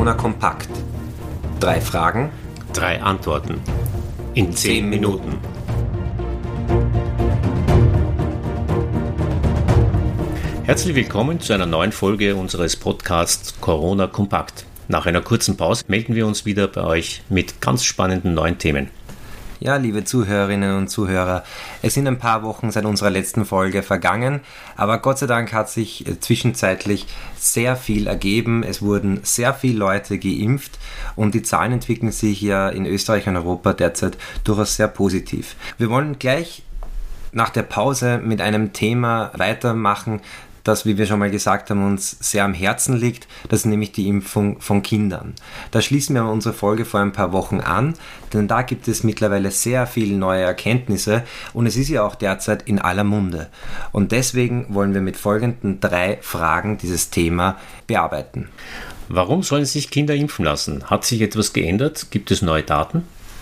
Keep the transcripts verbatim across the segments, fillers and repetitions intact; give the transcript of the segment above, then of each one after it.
Corona kompakt. Drei Fragen, drei Antworten in zehn Minuten. Herzlich willkommen zu einer neuen Folge unseres Podcasts Corona kompakt. Nach einer kurzen Pause melden wir uns wieder bei euch mit ganz spannenden neuen Themen. Ja, liebe Zuhörerinnen und Zuhörer, es sind ein paar Wochen seit unserer letzten Folge vergangen, aber Gott sei Dank hat sich zwischenzeitlich sehr viel ergeben. Es wurden sehr viele Leute geimpft und die Zahlen entwickeln sich ja in Österreich und Europa derzeit durchaus sehr positiv. Wir wollen gleich nach der Pause mit einem Thema weitermachen, das, wie wir schon mal gesagt haben, uns sehr am Herzen liegt, das ist nämlich die Impfung von Kindern. Da schließen wir unsere Folge vor ein paar Wochen an, denn da gibt es mittlerweile sehr viele neue Erkenntnisse und es ist ja auch derzeit in aller Munde. Und deswegen wollen wir mit folgenden drei Fragen dieses Thema bearbeiten. Warum sollen sich Kinder impfen lassen? Hat sich etwas geändert? Gibt es neue Daten?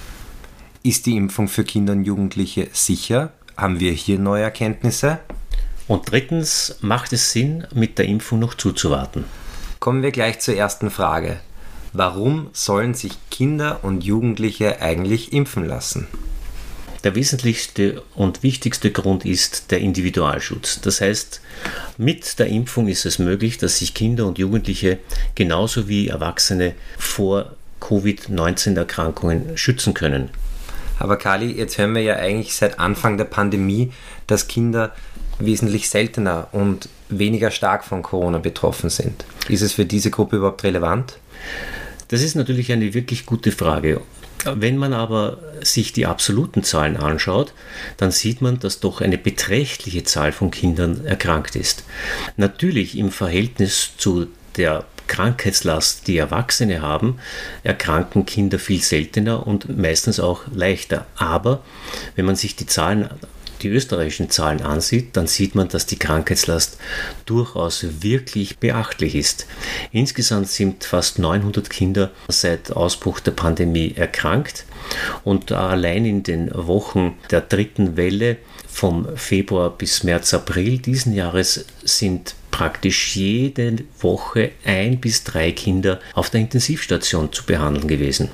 Ist die Impfung für Kinder und Jugendliche sicher? Haben wir hier neue Erkenntnisse? Und drittens, macht es Sinn, mit der Impfung noch zuzuwarten? Kommen wir gleich zur ersten Frage. Warum sollen sich Kinder und Jugendliche eigentlich impfen lassen? Der wesentlichste und wichtigste Grund ist der Individualschutz. Das heißt, mit der Impfung ist es möglich, dass sich Kinder und Jugendliche genauso wie Erwachsene vor Covid neunzehn Erkrankungen schützen können. Aber Kali, jetzt hören wir ja eigentlich seit Anfang der Pandemie, dass Kinder wesentlich seltener und weniger stark von Corona betroffen sind. Ist es für diese Gruppe überhaupt relevant? Das ist natürlich eine wirklich gute Frage. Wenn man aber sich die absoluten Zahlen anschaut, dann sieht man, dass doch eine beträchtliche Zahl von Kindern erkrankt ist. Natürlich im Verhältnis zu der Krankheitslast, die Erwachsene haben, erkranken Kinder viel seltener und meistens auch leichter. Aber wenn man sich die Zahlen die österreichischen Zahlen ansieht, dann sieht man, dass die Krankheitslast durchaus wirklich beachtlich ist. Insgesamt sind fast neunhundert Kinder seit Ausbruch der Pandemie erkrankt und allein in den Wochen der dritten Welle vom Februar bis März, April diesen Jahres sind praktisch jede Woche ein bis drei Kinder auf der Intensivstation zu behandeln gewesen.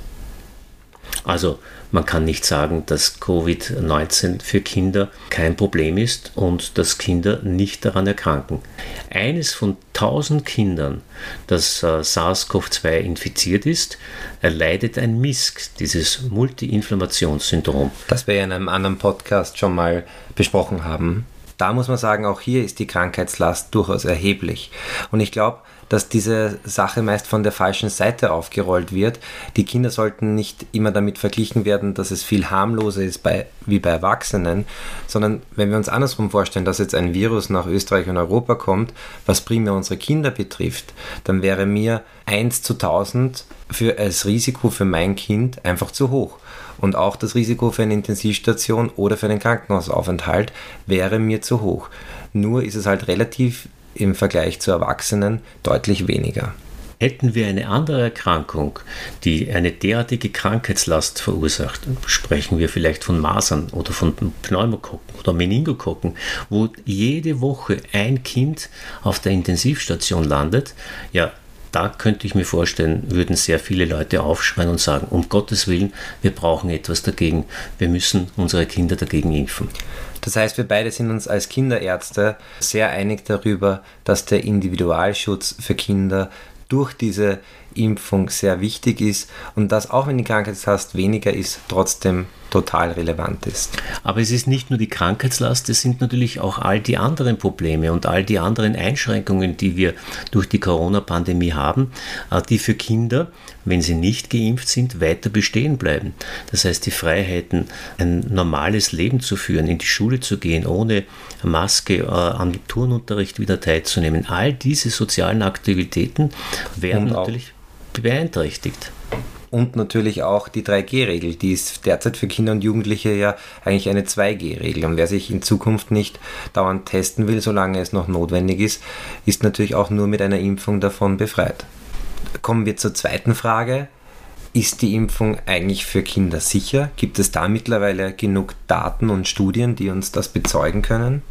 Also man kann nicht sagen, dass Covid neunzehn für Kinder kein Problem ist und dass Kinder nicht daran erkranken. Eines von tausend Kindern, das äh, SARS-C o V zwei infiziert ist, erleidet ein M I S C, dieses Multi-Inflammationssyndrom. Das wir ja in einem anderen Podcast schon mal besprochen haben. Da muss man sagen, auch hier ist die Krankheitslast durchaus erheblich. Und ich glaube, dass diese Sache meist von der falschen Seite aufgerollt wird. Die Kinder sollten nicht immer damit verglichen werden, dass es viel harmloser ist bei, wie bei Erwachsenen, sondern wenn wir uns andersrum vorstellen, dass jetzt ein Virus nach Österreich und Europa kommt, was primär unsere Kinder betrifft, dann wäre mir eins zu tausend für, als Risiko für mein Kind einfach zu hoch. Und auch das Risiko für eine Intensivstation oder für einen Krankenhausaufenthalt wäre mir zu hoch. Nur ist es halt relativ im Vergleich zu Erwachsenen deutlich weniger. Hätten wir eine andere Erkrankung, die eine derartige Krankheitslast verursacht, sprechen wir vielleicht von Masern oder von Pneumokokken oder Meningokokken, wo jede Woche ein Kind auf der Intensivstation landet, ja, da könnte ich mir vorstellen, würden sehr viele Leute aufschreien und sagen, um Gottes Willen, wir brauchen etwas dagegen, wir müssen unsere Kinder dagegen impfen. Das heißt, wir beide sind uns als Kinderärzte sehr einig darüber, dass der Individualschutz für Kinder durch diese Impfung sehr wichtig ist und dass, auch wenn die Krankheitslast weniger ist, trotzdem total relevant ist. Aber es ist nicht nur die Krankheitslast, es sind natürlich auch all die anderen Probleme und all die anderen Einschränkungen, die wir durch die Corona-Pandemie haben, die für Kinder, wenn sie nicht geimpft sind, weiter bestehen bleiben. Das heißt, die Freiheiten, ein normales Leben zu führen, in die Schule zu gehen, ohne Maske, am Turnunterricht wieder teilzunehmen, all diese sozialen Aktivitäten werden natürlich beeinträchtigt. Und natürlich auch die drei G Regel, die ist derzeit für Kinder und Jugendliche ja eigentlich eine zwei G Regel. Und wer sich in Zukunft nicht dauernd testen will, solange es noch notwendig ist, ist natürlich auch nur mit einer Impfung davon befreit. Kommen wir zur zweiten Frage. Ist die Impfung eigentlich für Kinder sicher? Gibt es da mittlerweile genug Daten und Studien, die uns das bezeugen können?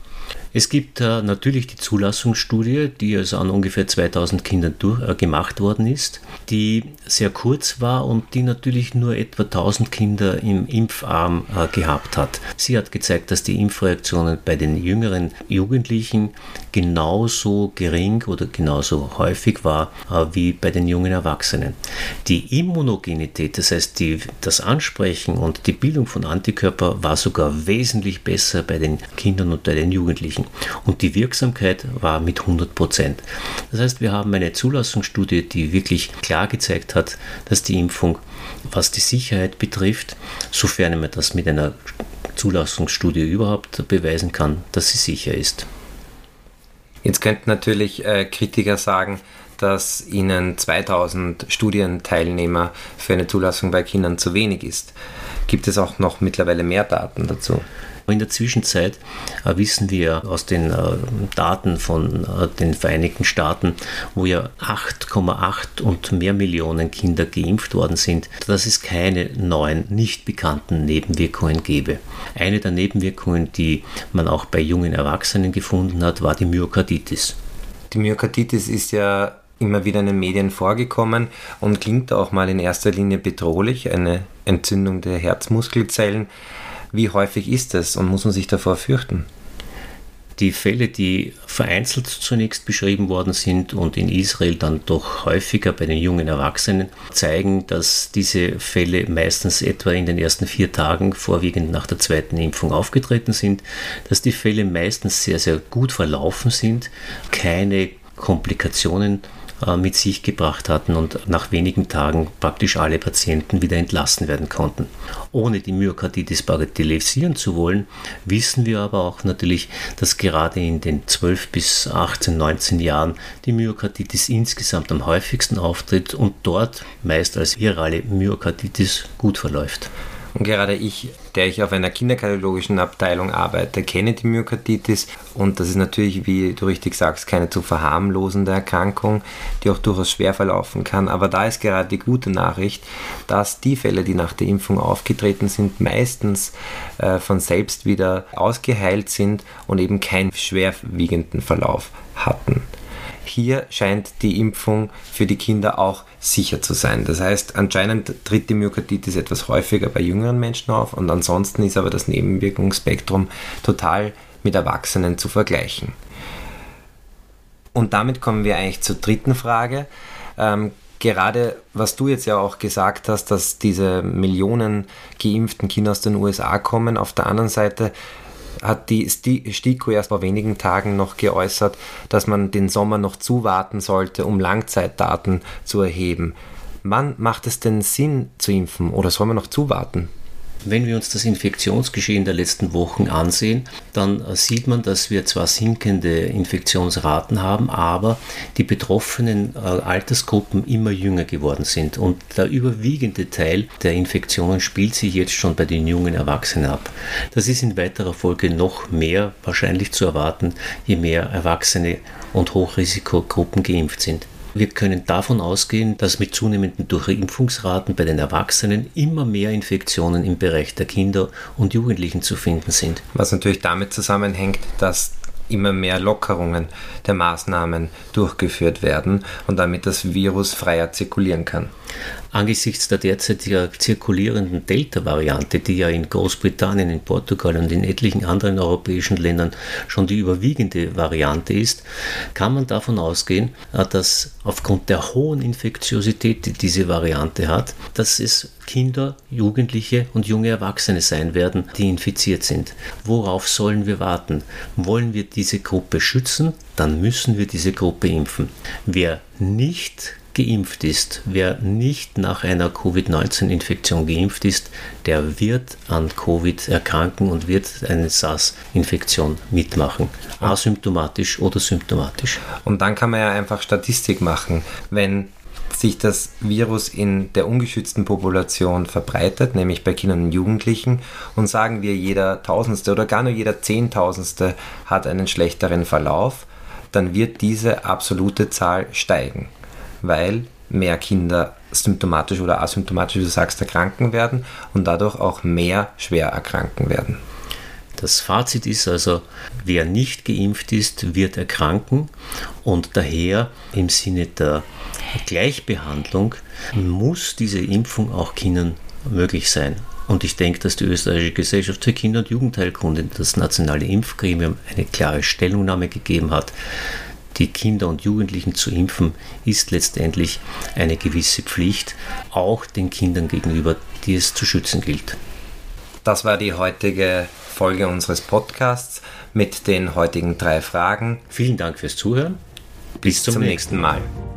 Es gibt äh, natürlich die Zulassungsstudie, die also an ungefähr zweitausend Kindern durch, äh, gemacht worden ist, die sehr kurz war und die natürlich nur etwa tausend Kinder im Impfarm äh, gehabt hat. Sie hat gezeigt, dass die Impfreaktionen bei den jüngeren Jugendlichen genauso gering oder genauso häufig war äh, wie bei den jungen Erwachsenen. Die Immunogenität, das heißt die, das Ansprechen und die Bildung von Antikörper war sogar wesentlich besser bei den Kindern und bei den Jugendlichen. Und die Wirksamkeit war mit hundert Prozent. Das heißt, wir haben eine Zulassungsstudie, die wirklich klar gezeigt hat, dass die Impfung, was die Sicherheit betrifft, sofern man das mit einer Zulassungsstudie überhaupt beweisen kann, dass sie sicher ist. Jetzt könnten natürlich äh, Kritiker sagen, dass ihnen zweitausend Studienteilnehmer für eine Zulassung bei Kindern zu wenig ist. Gibt es auch noch mittlerweile mehr Daten dazu? In der Zwischenzeit äh, wissen wir aus den äh, Daten von äh, den Vereinigten Staaten, wo ja acht Komma acht und mehr Millionen Kinder geimpft worden sind, dass es keine neuen, nicht bekannten Nebenwirkungen gäbe. Eine der Nebenwirkungen, die man auch bei jungen Erwachsenen gefunden hat, war die Myokarditis. Die Myokarditis ist ja immer wieder in den Medien vorgekommen und klingt auch mal in erster Linie bedrohlich, eine Entzündung der Herzmuskelzellen. Wie häufig ist das und muss man sich davor fürchten? Die Fälle, die vereinzelt zunächst beschrieben worden sind und in Israel dann doch häufiger bei den jungen Erwachsenen, zeigen, dass diese Fälle meistens etwa in den ersten vier Tagen, vorwiegend nach der zweiten Impfung, aufgetreten sind, dass die Fälle meistens sehr, sehr gut verlaufen sind, keine Komplikationen mit sich gebracht hatten und nach wenigen Tagen praktisch alle Patienten wieder entlassen werden konnten. Ohne die Myokarditis bagatellisieren zu wollen, wissen wir aber auch natürlich, dass gerade in den zwölf bis achtzehn, neunzehn Jahren die Myokarditis insgesamt am häufigsten auftritt und dort meist als virale Myokarditis gut verläuft. Und gerade ich, der ich auf einer kinderkardiologischen Abteilung arbeite, kenne die Myokarditis und das ist natürlich, wie du richtig sagst, keine zu verharmlosende Erkrankung, die auch durchaus schwer verlaufen kann. Aber da ist gerade die gute Nachricht, dass die Fälle, die nach der Impfung aufgetreten sind, meistens äh, von selbst wieder ausgeheilt sind und eben keinen schwerwiegenden Verlauf hatten. Hier scheint die Impfung für die Kinder auch sicher zu sein. Das heißt, anscheinend tritt die Myokarditis etwas häufiger bei jüngeren Menschen auf und ansonsten ist aber das Nebenwirkungsspektrum total mit Erwachsenen zu vergleichen. Und damit kommen wir eigentlich zur dritten Frage. Ähm, gerade was du jetzt ja auch gesagt hast, dass diese Millionen geimpften Kinder aus den U S A kommen, auf der anderen Seite hat die STIKO erst vor wenigen Tagen noch geäußert, dass man den Sommer noch zuwarten sollte, um Langzeitdaten zu erheben. Wann macht es denn Sinn zu impfen oder soll man noch zuwarten? Wenn wir uns das Infektionsgeschehen der letzten Wochen ansehen, dann sieht man, dass wir zwar sinkende Infektionsraten haben, aber die betroffenen Altersgruppen immer jünger geworden sind. Und der überwiegende Teil der Infektionen spielt sich jetzt schon bei den jungen Erwachsenen ab. Das ist in weiterer Folge noch mehr wahrscheinlich zu erwarten, je mehr Erwachsene und Hochrisikogruppen geimpft sind. Wir können davon ausgehen, dass mit zunehmenden Durchimpfungsraten bei den Erwachsenen immer mehr Infektionen im Bereich der Kinder und Jugendlichen zu finden sind. Was natürlich damit zusammenhängt, dass immer mehr Lockerungen der Maßnahmen durchgeführt werden und damit das Virus freier zirkulieren kann. Angesichts der derzeit zirkulierenden Delta-Variante, die ja in Großbritannien, in Portugal und in etlichen anderen europäischen Ländern schon die überwiegende Variante ist, kann man davon ausgehen, dass aufgrund der hohen Infektiosität, die diese Variante hat, dass es Kinder, Jugendliche und junge Erwachsene sein werden, die infiziert sind. Worauf sollen wir warten? Wollen wir diese Gruppe schützen? Dann müssen wir diese Gruppe impfen. Wer nicht geimpft ist, wer nicht nach einer Covid neunzehn Infektion geimpft ist, der wird an Covid erkranken und wird eine SARS-Infektion mitmachen, asymptomatisch oder symptomatisch. Und dann kann man ja einfach Statistik machen, wenn sich das Virus in der ungeschützten Population verbreitet, nämlich bei Kindern und Jugendlichen, und sagen wir, jeder Tausendste oder gar nur jeder Zehntausendste hat einen schlechteren Verlauf, dann wird diese absolute Zahl steigen, weil mehr Kinder symptomatisch oder asymptomatisch, wie du sagst, erkranken werden und dadurch auch mehr schwer erkranken werden. Das Fazit ist also, wer nicht geimpft ist, wird erkranken und daher im Sinne der Gleichbehandlung muss diese Impfung auch Kindern möglich sein. Und ich denke, dass die Österreichische Gesellschaft für Kinder- und Jugendheilkunde, das nationale Impfgremium, eine klare Stellungnahme gegeben hat. Die Kinder und Jugendlichen zu impfen, ist letztendlich eine gewisse Pflicht, auch den Kindern gegenüber, die es zu schützen gilt. Das war die heutige Folge unseres Podcasts mit den heutigen drei Fragen. Vielen Dank fürs Zuhören. Bis zum, zum nächsten Mal.